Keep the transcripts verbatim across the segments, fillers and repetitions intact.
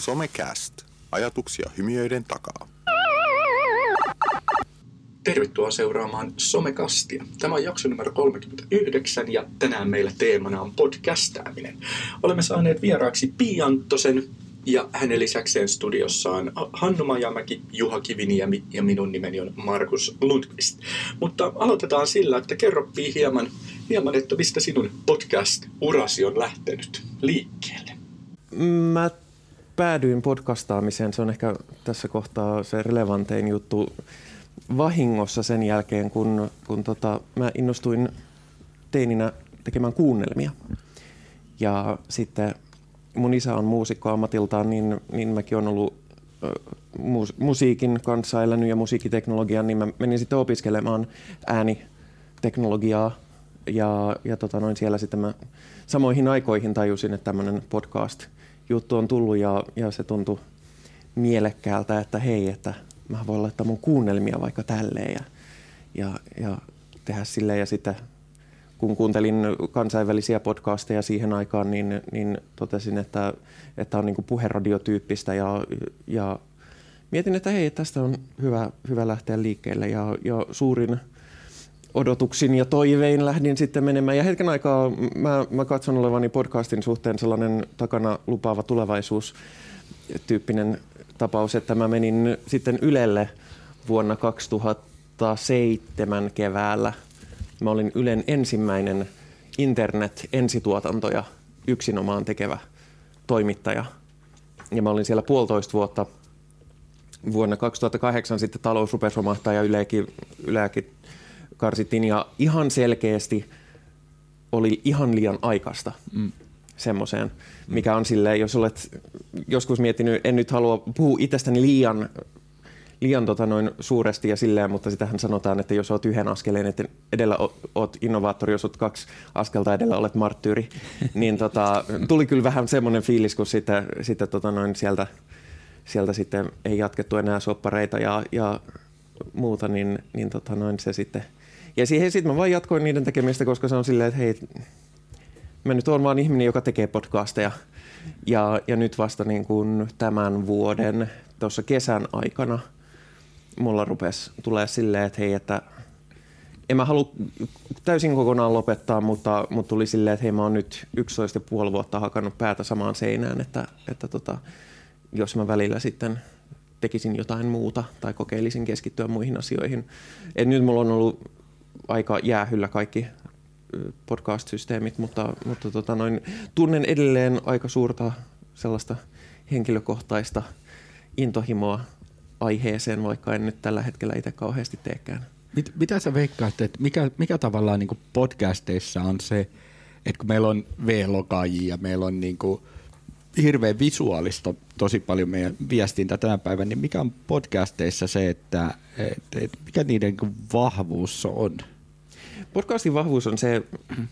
Somecast. Ajatuksia hymiöiden takaa. Tervetuloa seuraamaan Somecastia. Tämä on jakso numero kolmekymmentäyhdeksän ja tänään meillä teemana on podcastaaminen. Olemme saaneet vieraaksi Pii Anttosen ja hänen lisäkseen studiossa on Hannu Majamäki, Juha Kiviniemi ja minun nimeni on Markus Lundqvist. Mutta aloitetaan sillä, että kerro Pii hieman, hieman, että mistä sinun podcast-urasi on lähtenyt liikkeelle. Mä päädyin podcastaamiseen, se on ehkä tässä kohtaa se relevantein juttu, vahingossa sen jälkeen, kun, kun tota, mä innostuin teininä tekemään kuunnelmia. Ja sitten mun isä on muusikko ammatiltaan, niin, niin mäkin olen ollut äh, mus, musiikin kanssa elänyt ja musiikkiteknologian, niin mä menin sitten opiskelemaan ääniteknologiaa. Ja, ja tota noin siellä sitten mä samoihin aikoihin tajusin, että tämmöinen podcast-juttu on tullut ja, ja se tuntui mielekkäältä, että hei, että mä voin laittaa mun kuunnelmia vaikka tälleen ja, ja, ja tehdä silleen. Ja sitten kun kuuntelin kansainvälisiä podcasteja siihen aikaan, niin, niin totesin, että, että on niin kuin puheradiotyyppistä ja, ja mietin, että hei, tästä on hyvä, hyvä lähteä liikkeelle ja, ja suurin odotuksin ja toivein lähdin sitten menemään. Ja hetken aikaa mä, mä katson olevani podcastin suhteen sellainen takana lupaava tulevaisuustyyppinen tapaus, että mä menin sitten Ylelle vuonna kaksituhattaseitsemän keväällä. Mä olin Ylen ensimmäinen internet-ensituotantoja yksinomaan tekevä toimittaja. Ja mä olin siellä puolitoista vuotta. Vuonna kaksituhattakahdeksan sitten talous rupesi romahtaa ja Yleäkin, Yleäkin karsittiin. Ja ihan selkeästi oli ihan liian aikaista mm. semmoiseen, mikä on silleen, jos olet joskus miettinyt, en nyt halua puhua itsestäni liian, liian tota noin suuresti ja silleen, mutta sitähän sanotaan, että jos olet yhden askeleen, että edellä olet innovaattori, jos olet kaksi askelta edellä olet marttyyri, niin tota, tuli kyllä vähän semmoinen fiilis, kun sitten, sitten tota noin sieltä, sieltä sitten ei jatkettu enää soppareita ja, ja muuta, niin, niin tota noin se sitten. Ja siihen sitten mä vaan jatkoin niiden tekemistä, koska se on silleen, että hei, mä nyt oon vaan ihminen, joka tekee podcasteja. Ja, ja nyt vasta niin kuin tämän vuoden tuossa kesän aikana mulla rupesi tulee silleen, että hei, että en mä halua täysin kokonaan lopettaa, mutta, mutta tuli silleen, että hei, mä oon nyt yksitoista pilkku viisi vuotta hakannut päätä samaan seinään, että, että tota, jos mä välillä sitten tekisin jotain muuta tai kokeilisin keskittyä muihin asioihin. Et nyt mulla on ollut aika jäähyllä kaikki podcast-systeemit, mutta, mutta tota noin, tunnen edelleen aika suurta sellaista henkilökohtaista intohimoa aiheeseen, vaikka en nyt tällä hetkellä itse kauheasti teekään. Mit, mitä sä veikkaat, että mikä, mikä tavallaan niin kuin podcasteissa on se, että kun meillä on V-logaajia ja meillä on niin kuin hirveän visuaalista tosi paljon meidän viestintä tänä päivänä, niin mikä on podcasteissa se, että, että, että mikä niiden vahvuus on? Podcastin vahvuus on se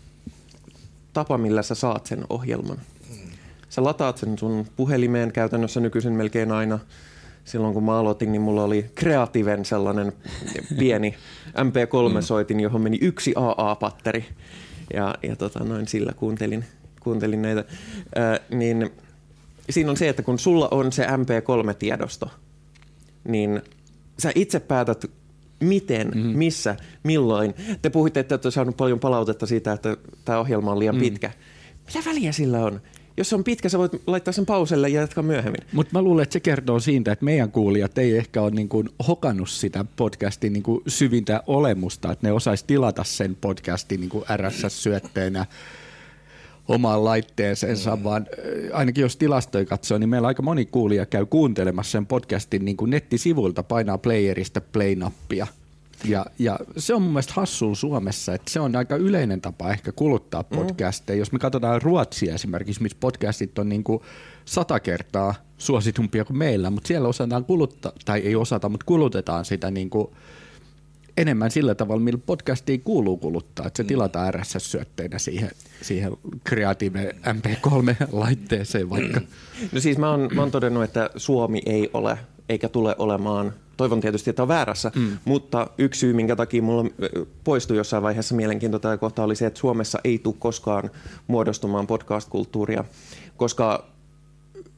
tapa, millä sä saat sen ohjelman. Sä lataat sen sun puhelimeen käytännössä nykyisin melkein aina. Silloin kun mä aloitin, niin mulla oli Creativen sellainen pieni M P kolme -soitin, johon meni yksi A A-patteri. Ja, ja tota, noin sillä kuuntelin, kuuntelin näitä. Ää, niin siinä on se, että kun sulla on se M P kolme -tiedosto, niin sä itse päätät, miten, mm. missä, milloin. Te puhuitte, että olette saanut paljon palautetta siitä, että tämä ohjelma on liian mm. pitkä. Mitä väliä sillä on? Jos se on pitkä, sä voit laittaa sen pauselle ja jatkaa myöhemmin. Mutta mä luulen, että se kertoo siitä, että meidän kuulijat ei ehkä ole niin kuin hokannut sitä podcastin niin kuin syvintä olemusta, että ne osaisi tilata sen podcastin niin kuin R S S-syötteenä omaan laitteeseensa, mm. vaan ainakin jos tilastoja katsoo, niin meillä aika moni kuulija käy kuuntelemassa sen podcastin niin kuin nettisivuilta, painaa playerista play-nappia. Ja, ja se on mun mielestä hassua Suomessa, että se on aika yleinen tapa ehkä kuluttaa podcasteja. Mm. Jos me katsotaan Ruotsia esimerkiksi, missä podcastit on niin kuin sata kertaa suositumpia kuin meillä, mutta siellä osataan kuluttaa, tai ei osata, mutta kulutetaan sitä niin kuin enemmän sillä tavalla, millä podcastiin kuuluu kuluttaa, että se tilataan R S S-syötteinä siihen, siihen Creative M P kolme -laitteeseen vaikka. No siis mä oon, mä oon todennut, että Suomi ei ole eikä tule olemaan, toivon tietysti, että on väärässä, mm. mutta yksi syy, minkä takia mulla poistui jossain vaiheessa mielenkiinto tätä kohtaa oli se, että Suomessa ei tule koskaan muodostumaan podcast-kulttuuria, koska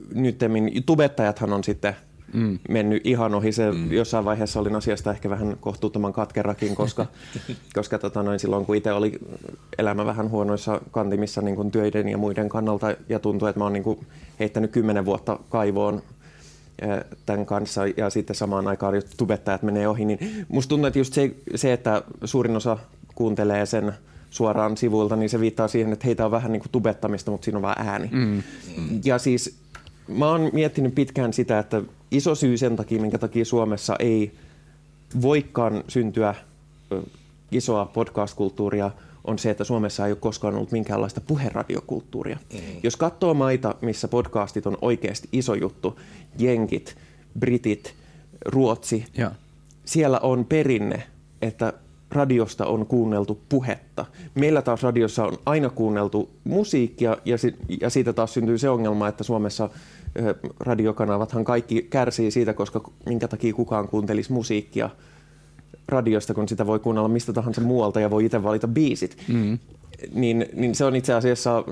nyttemmin tubettajathan on sitten mm. mennyt ihan ohi. Se mm. jossain vaiheessa olin asiasta ehkä vähän kohtuuttoman katkerakin, koska, koska tota noin, silloin kun itse oli elämä vähän huonoissa kantimissa niin kuin työiden ja muiden kannalta ja tuntui, että mä oon niin kuin heittänyt kymmenen vuotta kaivoon tämän kanssa ja sitten samaan aikaan jos tubettajat menee ohi, niin musta tuntuu, että just se, se, että suurin osa kuuntelee sen suoraan sivuilta, niin se viittaa siihen, että heitä on vähän niin kuin tubettamista, mutta siinä on vaan ääni. Mm. Ja siis mä oon miettinyt pitkään sitä, että iso syy sen takia, minkä takia Suomessa ei voikaan syntyä isoa podcast-kulttuuria, on se, että Suomessa ei ole koskaan ollut minkäänlaista puheradiokulttuuria. Mm. Jos katsoo maita, missä podcastit on oikeasti iso juttu, jenkit, britit, Ruotsi, ja. Siellä on perinne, että radiosta on kuunneltu puhetta. Meillä taas radiossa on aina kuunneltu musiikkia ja, si- ja siitä taas syntyy se ongelma, että Suomessa ö, radiokanavathan kaikki kärsii siitä, koska minkä takia kukaan kuuntelisi musiikkia radiosta, kun sitä voi kuunnella mistä tahansa muualta ja voi itse valita biisit. Mm. Niin, niin se on itse asiassa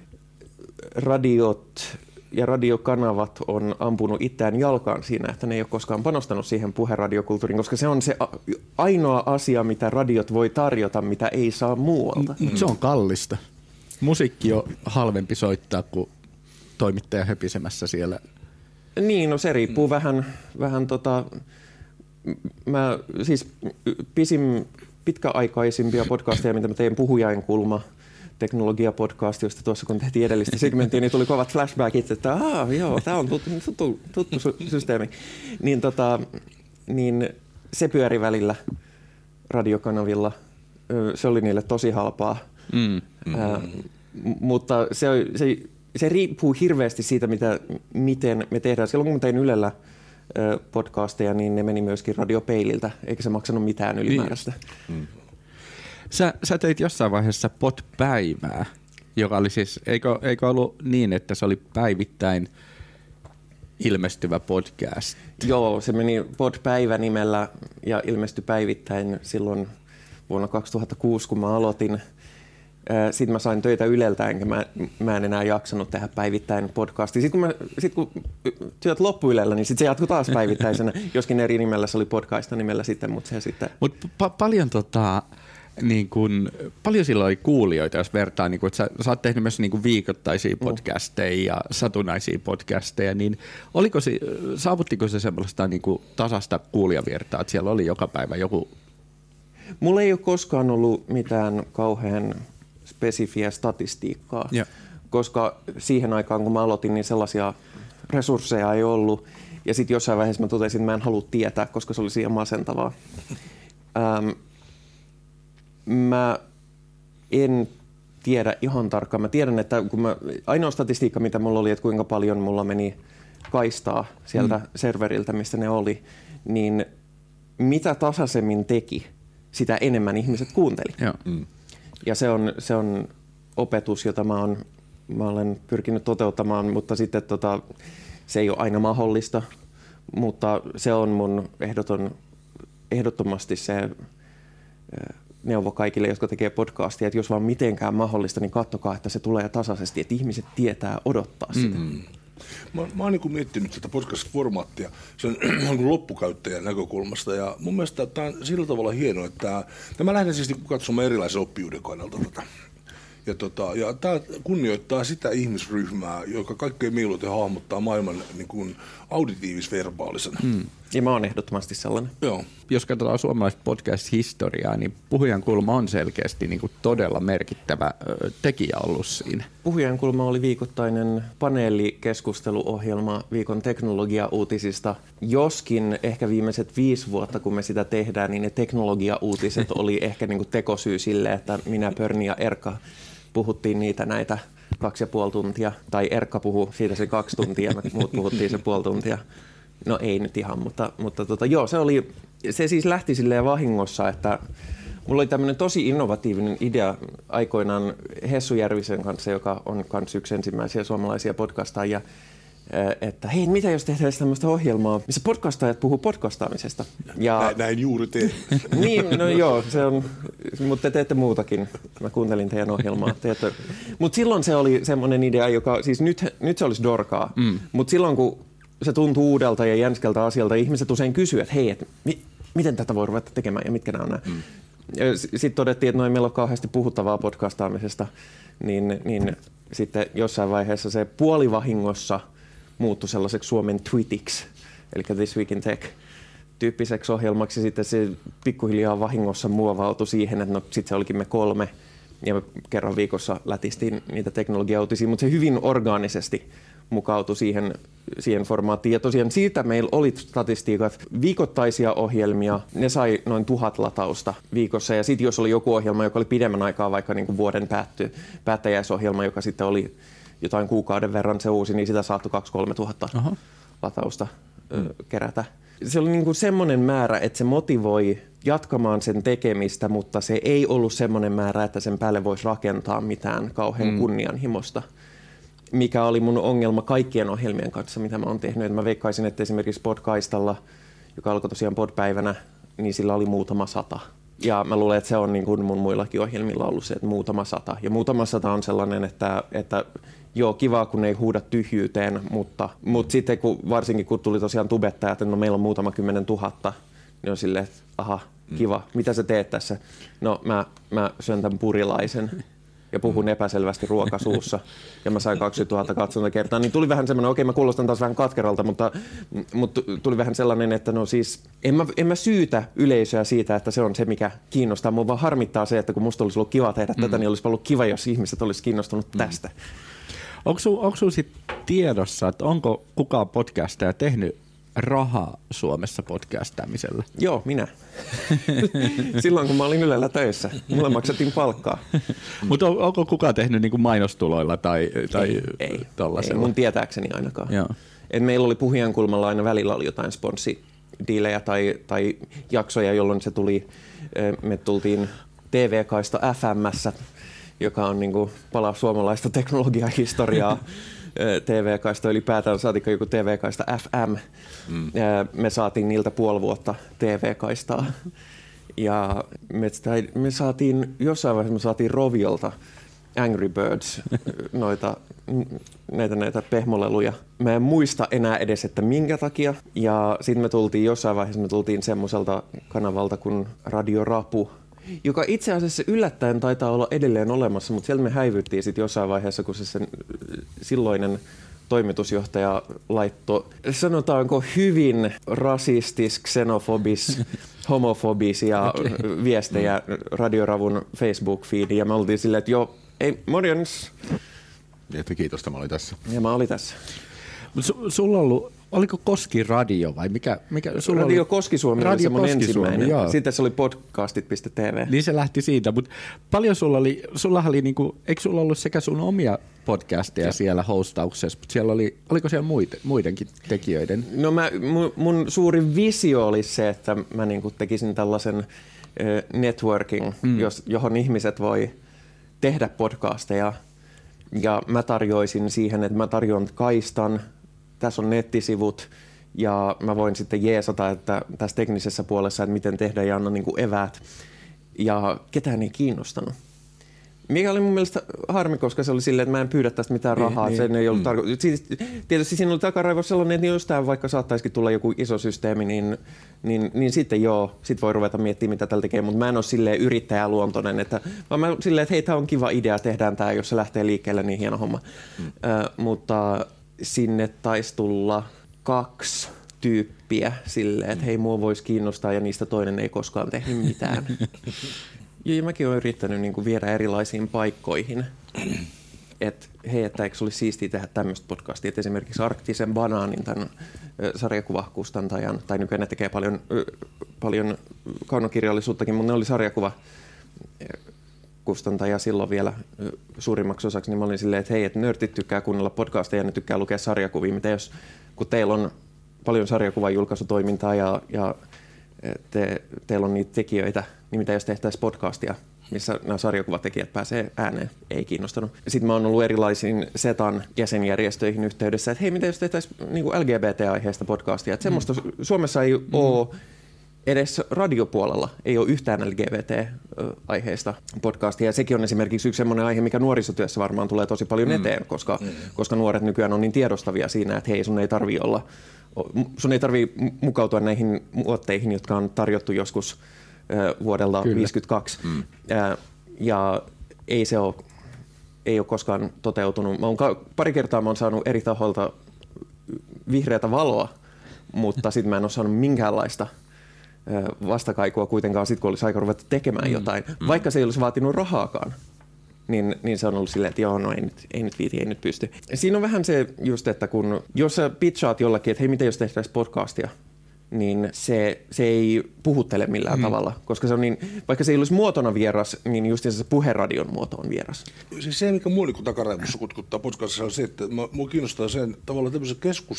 radiot ja radiokanavat on ampunut itseään jalkaan siinä, että ne ei ole koskaan panostanut siihen puheradiokulttuuriin, koska se on se ainoa asia, mitä radiot voi tarjota, mitä ei saa muualta. Mm. Se on kallista. Musiikki on halvempi soittaa kuin toimittaja höpisemässä siellä. Niin, no se riippuu mm. vähän, vähän tota, mä siis pisin, pitkäaikaisimpia podcasteja, mitä mä tein Puhujainkulma, teknologiapodcast, josta tuossa kun tehtiin edellistä segmenttiä, niin tuli kovat flashbackit, että aah, joo, tämä on tuttu, tuttu, tuttu systeemi. Niin, tota, niin se pyöri välillä radiokanavilla. Se oli niille tosi halpaa. Mm. Ää, mutta se, se, se riippuu hirveästi siitä, mitä, miten me tehdään. Silloin kun mä tein Ylellä podcasteja, niin ne meni myöskin Radiopeililtä, eikä se maksanut mitään ylimääräistä. Mm. Sä, sä teit jossain vaiheessa Podpäivää, joka oli siis, eikö, eikö ollut niin, että se oli päivittäin ilmestyvä podcast? Joo, se meni Podpäivä nimellä ja ilmestyi päivittäin silloin vuonna kaksituhattakuusi, kun mä aloitin. Sitten mä sain töitä Yleltä, enkä mä, mä en enää jaksanut tehdä päivittäin podcastia. Sitten kun, mä, sit kun työt loppu Ylellä, niin sit se jatkui taas päivittäisenä, joskin eri nimellä se oli Podcaista nimellä sitten, mutta se sitten... Mut pa- paljon tota... Niin kun, paljon silloin oli kuulijoita, jos vertaa, niin kun, että sä, sä oot tehnyt myös niin kun viikoittaisia podcasteja ja satunnaisia podcasteja, niin oliko se, saavuttiko se semmoista niin kun tasasta kuulijavirtaa, että siellä oli joka päivä joku? Mulla ei ole koskaan ollut mitään kauhean spesifiä statistiikkaa, ja. koska siihen aikaan, kun mä aloitin, niin sellaisia resursseja ei ollut. Ja sitten jossain vaiheessa mä totesin, että mä en halua tietää, koska se oli siihen masentavaa. Ähm, Mä en tiedä ihan tarkkaan. Mä tiedän, että kun mä, ainoa statistiikka, mitä mulla oli, että kuinka paljon mulla meni kaistaa sieltä mm. serveriltä, mistä ne oli, niin mitä tasaisemmin teki, sitä enemmän ihmiset kuunteli. Ja, mm. ja se, on, se on opetus, jota mä, on, mä olen pyrkinyt toteuttamaan, mutta sitten tota, se ei ole aina mahdollista, mutta se on mun ehdoton, ehdottomasti se neuvo kaikille, jotka tekee podcastia, että jos vaan mitenkään mahdollista, niin katsokaa, että se tulee tasaisesti, että ihmiset tietää odottaa sitä. Mm-hmm. Mä, mä oon niin miettinyt tätä podcast-formaattia sen loppukäyttäjän näkökulmasta, ja mun mielestä tämä on sillä tavalla hienoa, että mä lähden siis katsomaan erilaisen oppijuuden kannalta tätä. Ja, tota, ja tämä kunnioittaa sitä ihmisryhmää, joka kaikkein mieluiten hahmottaa maailman niin kuin auditiivis-verbaalisen. Mm. Ja mä oon ehdottomasti sellainen. Joo. Jos katsotaan suomalaista podcast-historiaa, niin Puhujankulma on selkeästi niin kuin todella merkittävä ö, tekijä ollut siinä. Puhujankulma oli viikoittainen paneelikeskusteluohjelma viikon teknologia-uutisista. Joskin ehkä viimeiset viisi vuotta, kun me sitä tehdään, niin ne teknologia-uutiset oli ehkä niin kuin tekosyy sille, että minä, Pörni ja Erkka puhuttiin niitä näitä kaksi ja puoli tuntia. Tai Erkka puhui siitä se kaksi tuntia, me muut puhuttiin se puoli tuntia. No ei nyt ihan, mutta, mutta tota, joo, se, oli, se siis lähti silleen vahingossa, että mulla oli tämmöinen tosi innovatiivinen idea aikoinaan Hessu Järvisen kanssa, joka on kans yksi ensimmäisiä suomalaisia podcastajia, että hei, mitä jos tehdään tämmöistä ohjelmaa, missä podcastajat puhuu podcastaamisesta. Ja näin, näin juuri teen. Niin, no joo, se on, mutta te teette muutakin. Mä kuuntelin teidän ohjelmaa. Teette. Mutta silloin se oli semmoinen idea, joka, siis nyt, nyt se olisi dorkaa, mm. mutta silloin kun se tuntuu uudelta ja jänskältä asialta, ihmiset usein kysyy, että hei, et, mi, miten tätä voi ruveta tekemään ja mitkä nämä on nämä. Mm. Sitten todettiin, että no ei meillä ole kauheasti puhuttavaa podcastaamisesta, niin, niin sitten jossain vaiheessa se puolivahingossa muuttui sellaiseksi Suomen Twitiksi, eli This Week in Tech -tyyppiseksi ohjelmaksi. Sitten se pikkuhiljaa vahingossa muovautui siihen, että no sitten se olikin me kolme, ja me kerran viikossa lätistiin niitä teknologia-uutisia, mutta se hyvin orgaanisesti mukautui siihen, siihen formaattiin. Ja tosiaan siitä meillä oli statistiikat, viikoittaisia ohjelmia, ne sai noin tuhat latausta viikossa. Ja sitten jos oli joku ohjelma, joka oli pidemmän aikaa, vaikka niin kuin vuoden päätty, päättäjäisohjelma, joka sitten oli jotain kuukauden verran se uusi, niin sitä saattoi kaksi kolme tuhatta Aha. latausta mm. ö, kerätä. Se oli niin kuin semmoinen määrä, että se motivoi jatkamaan sen tekemistä, mutta se ei ollut semmoinen määrä, että sen päälle voisi rakentaa mitään kauhean mm. kunnianhimosta. Mikä oli mun ongelma kaikkien ohjelmien kanssa, mitä mä oon tehnyt. Mä veikkaisin, että esimerkiksi Podcaistalla, joka alkoi tosiaan podpäivänä, niin sillä oli muutama sata. Ja mä luulen, että se on niin kuin mun muillakin ohjelmilla ollut se, että muutama sata. Ja muutama sata on sellainen, että, että joo, kivaa, kun ei huuda tyhjyyteen, mutta, mutta sitten kun, varsinkin kun tuli tosiaan tubettajat, että no meillä on muutama kymmenen tuhatta, niin on silleen, että aha, kiva, mitä sä teet tässä? No mä, mä syön tämän purilaisen ja puhun epäselvästi ruokasuussa, ja mä sain kaksikymmentätuhatta katsontakertaa, niin tuli vähän semmoinen, okei, mä kuulostan taas vähän katkeralta, mutta, mutta tuli vähän sellainen, että no siis, en mä, en mä syytä yleisöä siitä, että se on se, mikä kiinnostaa, mua vaan harmittaa se, että kun musta olisi ollut kiva tehdä mm. tätä, niin olisi ollut kiva, jos ihmiset olisi kiinnostunut mm. tästä. Onko sinulla sitten tiedossa, että onko kukaan podcastaja tehnyt rahaa Suomessa podcastaamisella? Joo, minä. Silloin, kun mä olin Ylellä töissä. Mulle maksettiin palkkaa. Mutta on, onko kukaan tehnyt niinku mainostuloilla tai, tai ei, ei, tollasella? Ei, mun tietääkseni ainakaan. Joo. Et meillä oli Puhujan kulmalla aina välillä oli jotain sponssidiilejä tai, tai jaksoja, jolloin se tuli, me tultiin T V-kaista F M:ssä, joka on niinku pala suomalaista teknologiahistoriaa. T V-kaista ylipäätään, saatiin joku T V-kaista F M. Mm. Me saatiin niiltä puoli vuotta T V-kaistaa. Ja me, me saatiin, jossain vaiheessa me saatiin Roviolta Angry Birds, noita, näitä, näitä pehmoleluja. Mä en muista enää edes, että minkä takia. Ja sitten me tultiin, jossain vaiheessa me tultiin semmoiselta kanavalta kuin Radio Rapu, joka itse asiassa yllättäen taitaa olla edelleen olemassa, mutta siellä me häivyttiin sitten jossain vaiheessa, kun se sen silloinen toimitusjohtaja laittoi, sanotaanko hyvin rasistis, xenofobis, homofobisia okay. viestejä Radio Ravun Facebook-feediin, ja me oltiin silleen, että joo, ei, morjens. Että kiitos, mä olin tässä. Ja mä olin tässä. Su- sulla on ollut, oliko Koski Radio vai mikä? mikä sulla Radio oli? Koski-Suomi oli semmoinen ensimmäinen. Joo. Sitten se oli podcastit piste t v. Niin se lähti siitä, mutta paljon sulla oli, sulla oli niinku, eikö sulla ollut sekä sun omia podcasteja ja siellä hostauksessa, mutta siellä oli, oliko siellä muiden, muidenkin tekijöiden? No mä, mun, mun suuri visio oli se, että mä niinku tekisin tällaisen äh, networking, mm. jos, johon ihmiset voi tehdä podcasteja, ja mä tarjoisin siihen, että mä tarjoan kaistan, tässä on nettisivut, ja mä voin sitten jeesata, että tässä teknisessä puolessa, että miten tehdä ja anna niin kuin eväät. Ja ketään ei kiinnostanut. Mikä oli mun mielestä harmi, koska se oli silleen, että mä en pyydä tästä mitään rahaa. Niin, sen ei ollut mm. tarko- siis, tietysti siinä oli takaraivossa sellainen, että jos tämä vaikka saattaisikin tulla joku iso systeemi, niin, niin, niin sitten joo, sit voi ruveta miettimään, mitä tällä tekee. Mutta mä en ole silleen yrittäjäluontoinen, että, vaan mä silleen, että hei, tämä on kiva idea, tehdään tämä, jos se lähtee liikkeelle, niin hieno homma. Mm. Äh, mutta sinne taisi tulla kaksi tyyppiä silleen, että hei, mua voisi kiinnostaa, ja niistä toinen ei koskaan tehnyt mitään. Ja mäkin olen yrittänyt niin kuin viedä erilaisiin paikkoihin, että hei, että eikö olisi siistiä tehdä tämmöistä podcastia, että esimerkiksi Arktisen Banaanin, tämän sarjakuvakustantajan, tai nykyään ne tekee paljon, paljon kaunokirjallisuuttakin, mutta ne oli sarjakuvakustantaja silloin vielä suurimmaksi osaksi, niin mä olin silleen, että hei, että nörtit tykkää kuunnella podcastia ja ne tykkää lukea sarjakuvia, mitä jos, kun teillä on paljon sarjakuvan julkaisutoimintaa ja, ja te, teillä on niitä tekijöitä, niin mitä jos tehtäisiin podcastia missä nämä sarjakuvatekijät pääsee ääneen. Ei kiinnostanut. Sitten mä oon ollut erilaisiin Setan jäsenjärjestöihin yhteydessä, että hei, mitä jos tehtäisiin niin kuin L G B T-aiheesta podcastia. Että semmoista mm. Suomessa ei mm. ole edes radiopuolella, ei ole yhtään L G B T-aiheesta podcastia. Ja sekin on esimerkiksi yksi semmoinen aihe, mikä nuorisotyössä varmaan tulee tosi paljon mm. eteen, koska, mm. koska nuoret nykyään on niin tiedostavia siinä, että hei, sun ei tarvitse olla sun ei tarvitse mukautua näihin muotteihin, jotka on tarjottu joskus äh, vuodella viisikymmentäkaksi. Mm. Äh, ja ei se ole, ei ole koskaan toteutunut. Mä oon ka- pari kertaa mä oon saanut eri tahoilta vihreätä valoa, mutta sitten mä en ole saanut minkäänlaista äh, vastakaikua kuitenkaan sit, kun olisi aika ruveta tekemään mm. jotain, mm. vaikka se ei olisi vaatinut rahaakaan. Niin, niin se on ollut silleen, että joo, no ei nyt, ei nyt viiti, ei nyt pysty. Siinä on vähän se just, että kun, jos sä pitchaat jollakin, että hei, miten jos tehtäisiin podcastia, niin se, se ei puhuttele millään mm. tavalla, koska se on niin, vaikka se ei olisi muotona vieras, niin just se puheradion muoto on vieras. Siis se, mikä mua niin takaraivossa kutkuttaa podcastissa, on se, että mua kiinnostaa sen tavallaan tämmöisen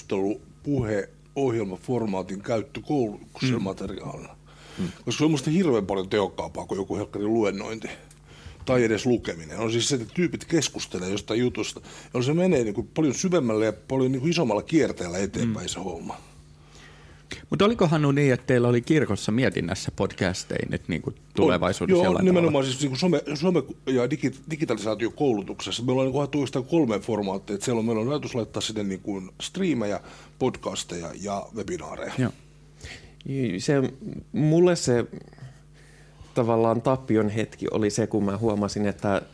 keskustelupuhe-ohjelmaformaatin käyttö koulutuksen mm. materiaalina. Mm. Koska se on musta hirveän paljon tehokkaampaa kuin joku helkkarin luennointi. Tai edes lukeminen. On siis se, että tyypit keskustelee jostain jutusta, jolloin se menee niin kuin paljon syvemmälle ja paljon niin kuin isommalla kierteellä eteenpäin mm. se homma. Mutta oliko Hannu niin, että teillä oli kirkossa mietinnässä podcastein nyt niin kuin tulevaisuudessa? Joo, nimenomaan siis niin kuin some, some- ja digi, digitalisaatiokoulutuksessa. Meillä on niin kuin oikeastaan kolme formaattia. Siellä on, meillä on ajatus laittaa sitten niin kuin striimejä, podcasteja ja webinaareja. Joo. Se, mulle se tavallaan tappion hetki oli se, kun mä huomasin, että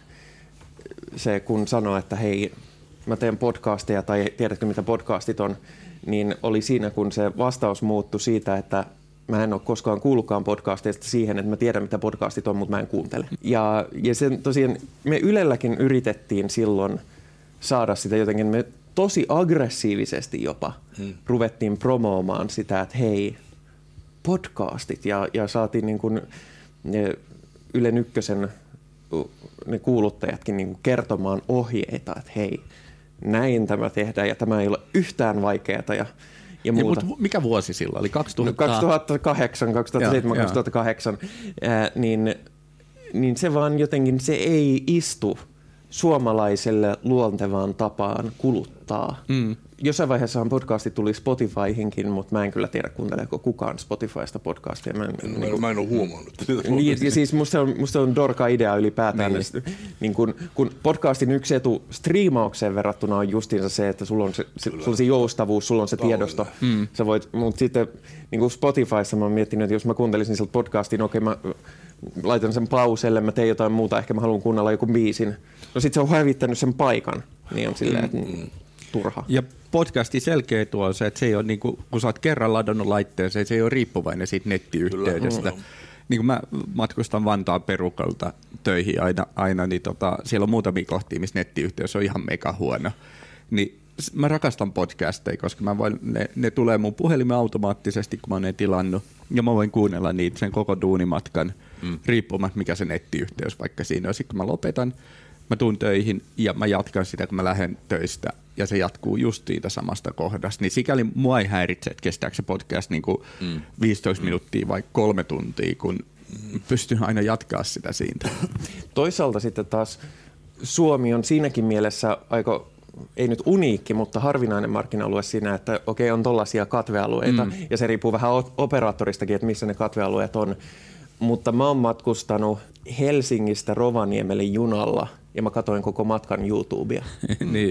se kun sanoi, että hei, mä teen podcasteja tai tiedätkö mitä podcastit on, niin oli siinä, kun se vastaus muuttui siitä, että mä en ole koskaan kuullutkaan podcasteista siihen, että mä tiedän mitä podcastit on, mutta mä en kuuntele. Ja, ja sen tosiaan me Ylelläkin yritettiin silloin saada sitä jotenkin, me tosi aggressiivisesti jopa hmm. ruvettiin promoomaan sitä, että hei, podcastit ja, ja saatiin niin kuin Ylen Ykkösen ne kuuluttajatkin niin kuin kertomaan ohjeita, että hei, näin tämä tehdään ja tämä ei ole yhtään vaikeaa ja, ja muuta. Ja, mikä vuosi silloin oli? kaksituhatta... No, kaksituhattakahdeksan, kaksituhattaseitsemän, ja, kaksituhattakahdeksan. Ää, niin, niin se vaan jotenkin, se ei istu suomalaiselle luontevaan tapaan kuluttaa. Mm. Jossain vaiheessahan podcastit tuli Spotifyhinkin, mutta mä en kyllä tiedä, kuunteleeko kukaan Spotifysta podcastia. Mä en, en, niin kuin, mä en ole huomannut. Niin, ja siis musta on, musta on dorka-idea ylipäätään. Niin. Niin kun, kun podcastin yksi etu striimaukseen verrattuna on justiinsa se, että sulla on se, se, sulla on se joustavuus, sulla on se tiedosto. Mm. Sä voit, mutta sitten niin kuin Spotifyssa mä oon miettinyt, että jos mä kuuntelisin sieltä podcastin, okei mä laitan sen pauselle, mä teen jotain muuta, ehkä mä haluan kuunnella joku biisin. No sit se on hävittänyt sen paikan, niin on silleen, että mm. turha. Ja podcastin selkeä tuo on se, että se ei ole, niin kuin, kun sä oot kerran ladannut laitteeseen, se ei ole riippuvainen siitä nettiyhteydestä. Mm. Niin kuin mä matkustan Vantaan perukalta töihin aina, aina niin tota, siellä on muutamia kohtia, missä nettiyhteys on ihan mega huono. Niin mä rakastan podcasteja, koska mä voin, ne, ne tulee mun puhelimen automaattisesti, kun mä oon ne tilannut. Ja mä voin kuunnella niitä sen koko duunimatkan, mm. riippumatta mikä se nettiyhteys vaikka siinä on. Sitten kun mä lopetan, mä tuun töihin ja mä jatkan sitä, kun mä lähden töistä. Ja se jatkuu just siitä samasta kohdasta. Niin sikäli mua ei häiritse, että kestääkö se podcast niin kuin mm. viisitoista minuuttia vai kolme tuntia, kun mm. pystyn aina jatkaa sitä siitä. Toisaalta sitten taas Suomi on siinäkin mielessä aika, ei nyt uniikki, mutta harvinainen markkina-alue siinä, että okei, on tollaisia katvealueita. Mm. Ja se riippuu vähän operaattoristakin, että missä ne katvealueet on. Mutta mä oon matkustanut Helsingistä Rovaniemelle junalla ja mä katsoin koko matkan YouTubea. Niin.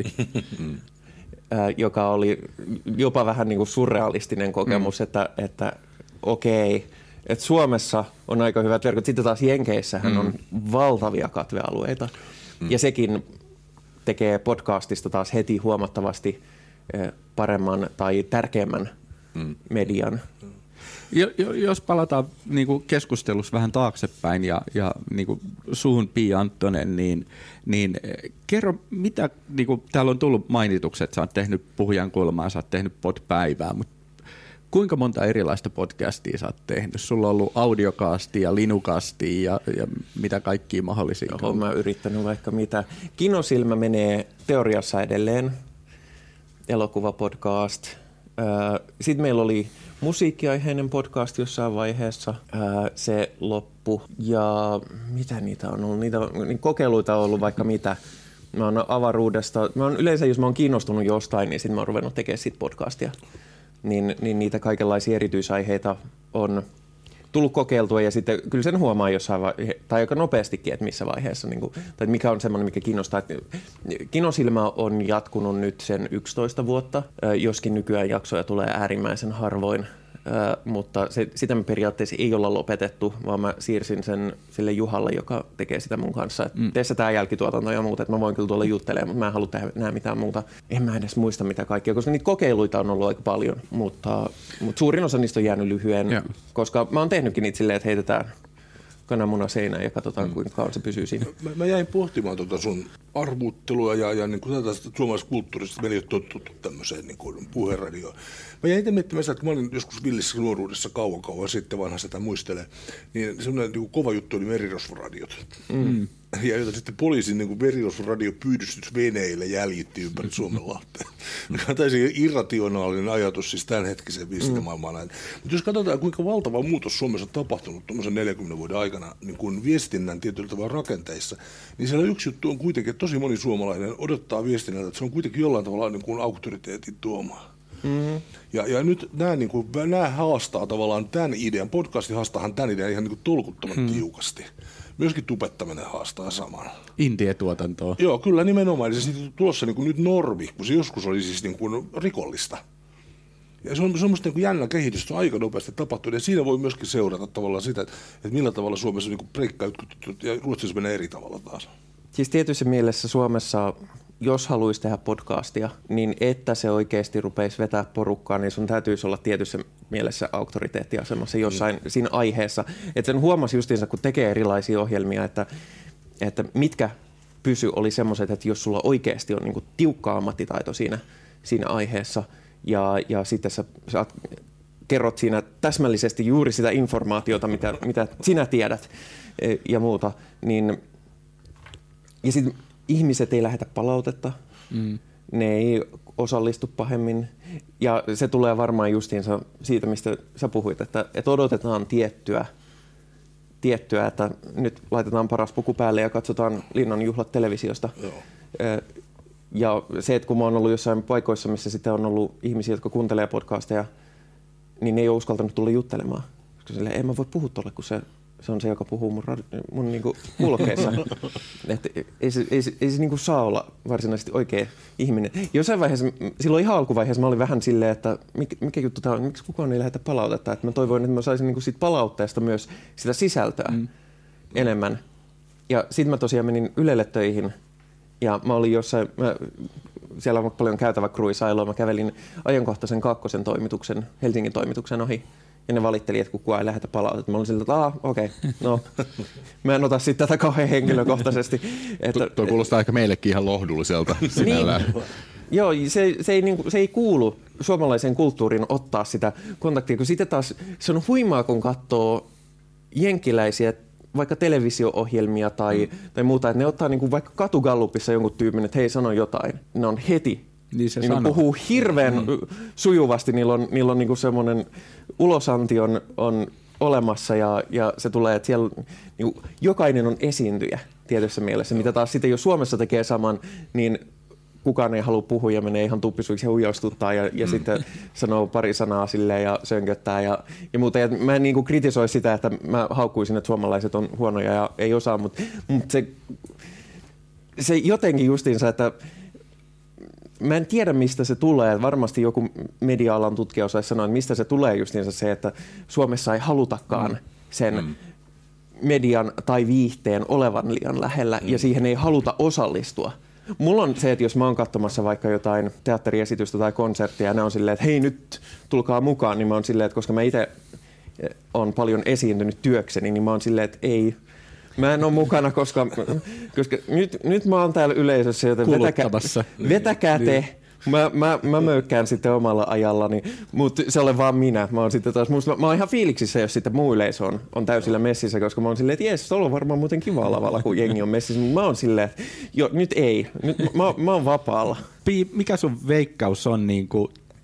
Joka oli jopa vähän niin kuin surrealistinen kokemus, mm. että, että okei, että Suomessa on aika hyvät verkot. Sitten taas Jenkeissähän mm. on valtavia katvealueita. Mm. Ja sekin tekee podcastista taas heti huomattavasti paremman tai tärkeämmän mm. median. Jos palataan niin kuin keskustelussa vähän taaksepäin ja, ja niin kuin suhun Pia Anttonen, niin, niin kerro, mitä, niin kuin täällä on tullut mainituksi, että sä oot tehnyt Puhujan kulmaa, sä oot tehnyt podpäivää, mutta kuinka monta erilaista podcastia sä oot tehnyt? Sulla on ollut audiokastia, linukastia ja, ja mitä kaikkia mahdollisia. Olen mä yrittänyt vaikka mitä. Kinosilmä menee teoriassa edelleen, elokuvapodcast. Sitten meillä oli musiikkiaiheinen podcast jossain vaiheessa. Se loppui. Ja mitä niitä on ollut? Niitä niin kokeiluita on ollut vaikka mitä. Mä oon avaruudesta. Mä oon yleensä, jos mä oon kiinnostunut jostain, niin sit mä oon ruvennut tekemään sit podcastia. Niin, niin niitä kaikenlaisia erityisaiheita on tullut kokeiltua ja sitten kyllä sen huomaa jossain vaiheessa, tai aika nopeastikin, että missä vaiheessa, niin kuin, tai mikä on semmoinen, mikä kiinnostaa. Kinosilmä on jatkunut nyt sen yksitoista vuotta, joskin nykyään jaksoja tulee äärimmäisen harvoin, mutta se, sitä me periaatteessa ei olla lopetettu, vaan mä siirsin sen sille Juhalle, joka tekee sitä mun kanssa. Että mm. Teessä tää jälkituotanto ja muuta, että mä voin kyllä tuolla juttelemaan, mutta mä en halua tehdä enää mitään muuta. En mä edes muista mitä kaikkea, koska niitä kokeiluita on ollut aika paljon, mutta, mutta suurin osa niistä on jäänyt lyhyen, yeah. koska mä oon tehnytkin niitä silleen, että heitetään kananmuna seinään ja katsotaan, mm. kuinka kauan se pysyy siinä. Mä, mä jäin pohtimaan tuota sun arvuuttelua ja, ja niin kuin tätä suomalaisesta kulttuurista. Me ei ole totuttu tämmöiseen niin kuin puheradioon. Mä jäin itse miettimään sitä, että mä olin joskus villissä nuoruudessa kauan kauan sitten, vanha sitä muistelee, niin semmoinen niin kuin kova juttu oli merirosvoradiot. Mm. Ja joita sitten poliisin niin merirosvoradiopyydystysveneille jäljitti ympäri Suomenlahteen. Mikä on täysin irrationaalinen ajatus siis tämänhetkisen viestintämaailmaan näin. Mutta jos katsotaan, kuinka valtava muutos Suomessa on tapahtunut tuommoisen neljänkymmenen vuoden aikana niin kuin viestinnän tietyllä tavalla rakenteissa, niin siellä yksi juttu on kuitenkin, että tosi moni suomalainen odottaa viestinnältä, että se on kuitenkin jollain tavalla niin kuin auktoriteetin tuomaa. Mm-hmm. Ja, ja nyt nämä, niin kuin, nämä haastaa tavallaan tämän idean, podcasti haastahan tämän idean ihan niin kuin tolkuttoman mm. tiukasti. Myöskin tupettaminen haastaa saman. Indie-tuotantoa. Joo, kyllä nimenomaan. Se on tulossa niin kuin nyt normi, kun se joskus oli siis niin kuin rikollista. Ja se on semmoista niin kuin jännä kehitystä, on aika nopeasti tapahtunut. Ja siinä voi myöskin seurata tavallaan sitä, että millä tavalla Suomessa niin kuin breikkaa ja Ruotsissa menee eri tavalla taas. Siis tietyssä mielessä Suomessa, jos haluaisi tehdä podcastia, niin että se oikeasti rupeisi vetää porukkaa, niin sun täytyisi olla tietyssä mielessä auktoriteettiasemassa jossain mm. siinä aiheessa. Että sen huomasi justiinsa, kun tekee erilaisia ohjelmia, että, että mitkä pysy oli semmoiset, että jos sulla oikeasti on niinku tiukka ammattitaito siinä, siinä aiheessa ja, ja sitten sä, sä kerrot siinä täsmällisesti juuri sitä informaatiota, mitä, mitä sinä tiedät ja muuta, niin ja sitten ihmiset ei lähetä palautetta, mm. ne ei osallistu pahemmin ja se tulee varmaan justiinsa siitä, mistä sä puhuit, että, että odotetaan tiettyä, tiettyä, että nyt laitetaan paras puku päälle ja katsotaan Linnan juhlat televisiosta. Joo. Ja se, että kun mä oon ollut jossain paikoissa, missä sitten on ollut ihmisiä, jotka kuuntelee podcasteja, niin ne ei ole uskaltanut tulla juttelemaan. Koska silleen, en mä voi puhua tolle, kun se Se on se, joka puhuu mun, mun niinku kuulokkeissa. ei se, ei se, ei se niinku saa olla varsinaisesti oikea ihminen. Jossain vaiheessa, silloin ihan alkuvaiheessa mä olin vähän silleen, että mikä, mikä juttu tää on, miksi kukaan ei lähetä palautetta. Että mä toivoin, että mä saisin niinku siitä palautteesta myös sitä sisältöä mm. enemmän. Ja sit mä tosiaan menin Ylelle töihin ja mä olin jossain, mä, siellä on paljon käytävä kruisailoa, mä kävelin ajankohtaisen kakkosen toimituksen, Helsingin toimituksen ohi. Ja ne valitteli, että kukaan ei lähetä palautetta. Mä olin siltä, että aah, okei, okay, no, mä en ota sitten tätä kauhean henkilökohtaisesti. Että, to, toi kuulostaa ehkä meillekin ihan lohdulliselta sinällään. Niin, joo, se, se, ei, niin, se ei kuulu suomalaiseen kulttuuriin ottaa sitä kontaktia, kun sitten taas se on huimaa, kun katsoo jenkkiläisiä vaikka televisio-ohjelmia tai, mm. tai muuta, että ne ottaa niin kuin vaikka katugallupissa jonkun tyypin, että hei, sano jotain. Ne on heti. Niin se niin ne puhuu hirveän mm. sujuvasti, niillä on, niillä on niinku semmoinen ulosanti on, on olemassa ja, ja se tulee, että siellä niinku, jokainen on esiintyjä tietyssä mielessä, mitä taas sitten jos Suomessa tekee saman, niin kukaan ei halua puhua ja menee ihan tuppisuiksi ja huijaustuttaa ja, ja mm. sitten sanoo pari sanaa silleen ja sönköttää ja, ja muuta. Ja mä en niinku kritisoi sitä, että mä haukkuisin, että suomalaiset on huonoja ja ei osaa, mutta, mutta se, se jotenkin justiinsa, että mä en tiedä, mistä se tulee. Varmasti joku media-alan tutkija osaisi sanoa, että mistä se tulee justiinsa se, että Suomessa ei halutakaan mm. sen mm. median tai viihteen olevan liian lähellä mm. ja siihen ei haluta osallistua. Mulla on se, että jos mä oon katsomassa vaikka jotain teatteriesitystä tai konserttia ja ne on silleen, että hei nyt tulkaa mukaan, niin mä oon silleen, että koska mä itse on paljon esiintynyt työkseni, niin mä oon silleen, että ei. Mä en ole mukana, koska, koska nyt, nyt mä oon täällä yleisössä, joten vetäkää, vetäkää te. Mä, mä, mä möykkään sitten omalla ajallani, mutta se olen vaan minä. Mä oon, sitten taas, musta, mä oon ihan fiiliksissä, jos sitten muu yleisö on, on täysillä messissä, koska mä oon silleen, että jees, tuolla on varmaan muuten kiva lavalla, kun jengi on messissä. Mä oon silleen, että jo, nyt ei. Nyt, mä, mä oon vapaalla. Pii, mikä sun veikkaus on niin kuin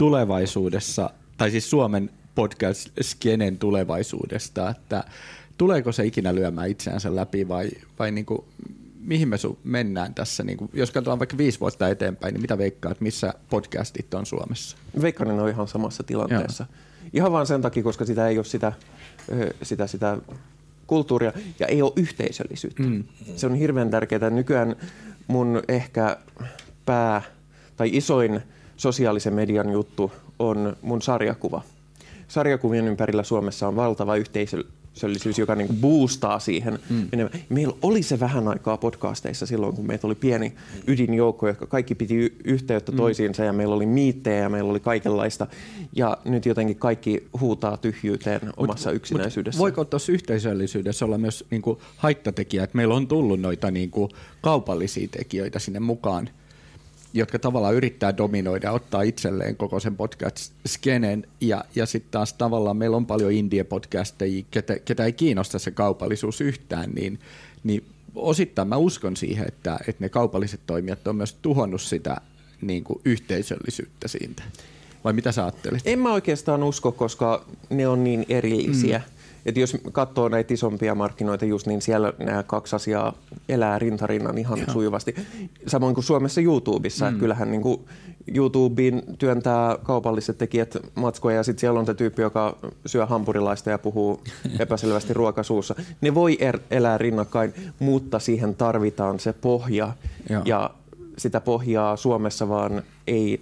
tulevaisuudessa, tai siis Suomen podcast-skenen tulevaisuudesta, että tuleeko se ikinä lyömään itseänsä läpi vai, vai niin kuin, mihin me su- mennään tässä? Niin kuin, jos katsotaan vaikka viisi vuotta eteenpäin, niin mitä veikkaat, missä podcastit on Suomessa? Veikkaan, ne on ihan samassa tilanteessa. Joo. Ihan vaan sen takia, koska sitä ei ole sitä, sitä, sitä kulttuuria ja ei ole yhteisöllisyyttä. Mm. Se on hirveän tärkeää. Nykyään mun ehkä pää tai isoin sosiaalisen median juttu on mun sarjakuva. Sarjakuvien ympärillä Suomessa on valtava yhteisöllisyys, joka niinku boostaa siihen. Mm. Meillä oli se vähän aikaa podcasteissa silloin, kun meitä oli pieni ydinjoukko, jotka kaikki piti y- yhteyttä mm. toisiinsa ja meillä oli miittejä ja meillä oli kaikenlaista. Ja nyt jotenkin kaikki huutaa tyhjyyteen omassa mut, yksinäisyydessä. Mut voiko tuossa yhteisöllisyydessä olla myös niinku haittatekijä, että meillä on tullut noita niinku kaupallisia tekijöitä sinne mukaan, jotka tavallaan yrittää dominoida ja ottaa itselleen koko sen podcast-skenen. Ja, ja sitten taas tavallaan meillä on paljon indie-podcasteja, ketä, ketä ei kiinnosta se kaupallisuus yhtään, niin, niin osittain mä uskon siihen, että, että ne kaupalliset toimijat on myös tuhonnut sitä niin kuin yhteisöllisyyttä siitä. Vai mitä sä ajattelit? En mä oikeastaan usko, koska ne on niin erillisiä. Mm. Että jos katsoo näitä isompia markkinoita just, niin siellä nämä kaksi asiaa elää rintarinnan ihan Joo. sujuvasti. Samoin kuin Suomessa YouTubessa. Mm. Kyllähän niin kuin YouTubeen työntää kaupalliset tekijät matskoja ja sitten siellä on se tyyppi, joka syö hampurilaista ja puhuu epäselvästi ruokasuussa. Ne voi er- elää rinnakkain, mutta siihen tarvitaan se pohja. Joo. Ja sitä pohjaa Suomessa vaan ei...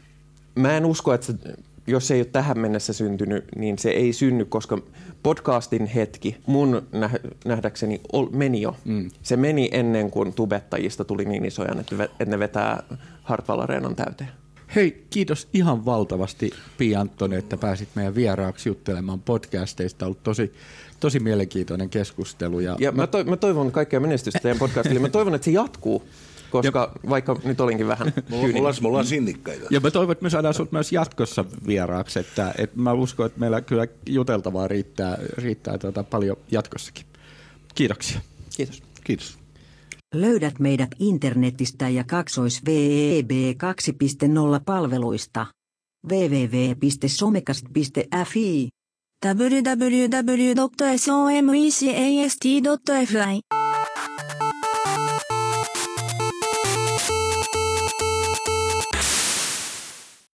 Mä en usko, että se, jos se ei ole tähän mennessä syntynyt, niin se ei synny, koska podcastin hetki mun nähdäkseni meni jo. Mm. Se meni ennen kuin tubettajista tuli niin isoja, että ne vetää Hartwall Areenan täyteen. Hei, kiitos ihan valtavasti Pia Anttonen, että pääsit meidän vieraaksi juttelemaan podcasteista. On ollut tosi, tosi mielenkiintoinen keskustelu. Ja, ja mä, to, mä toivon kaikkea menestystä teidän podcastille. Mä toivon, että se jatkuu. Koska ja, vaikka nyt olinkin vähän kyyninen. Me ollaan sinnikkäitä. Ja mä toivon, että me saadaan sut myös jatkossa vieraaksi. Että, että mä uskon, että meillä kyllä juteltavaa riittää, riittää tuota paljon jatkossakin. Kiitoksia. Kiitos. Kiitos. Löydät meidät internetistä ja kaksois web kaksi piste nolla palveluista. double-u double-u double-u piste somecast piste f i double-u double-u double-u piste somecast piste f i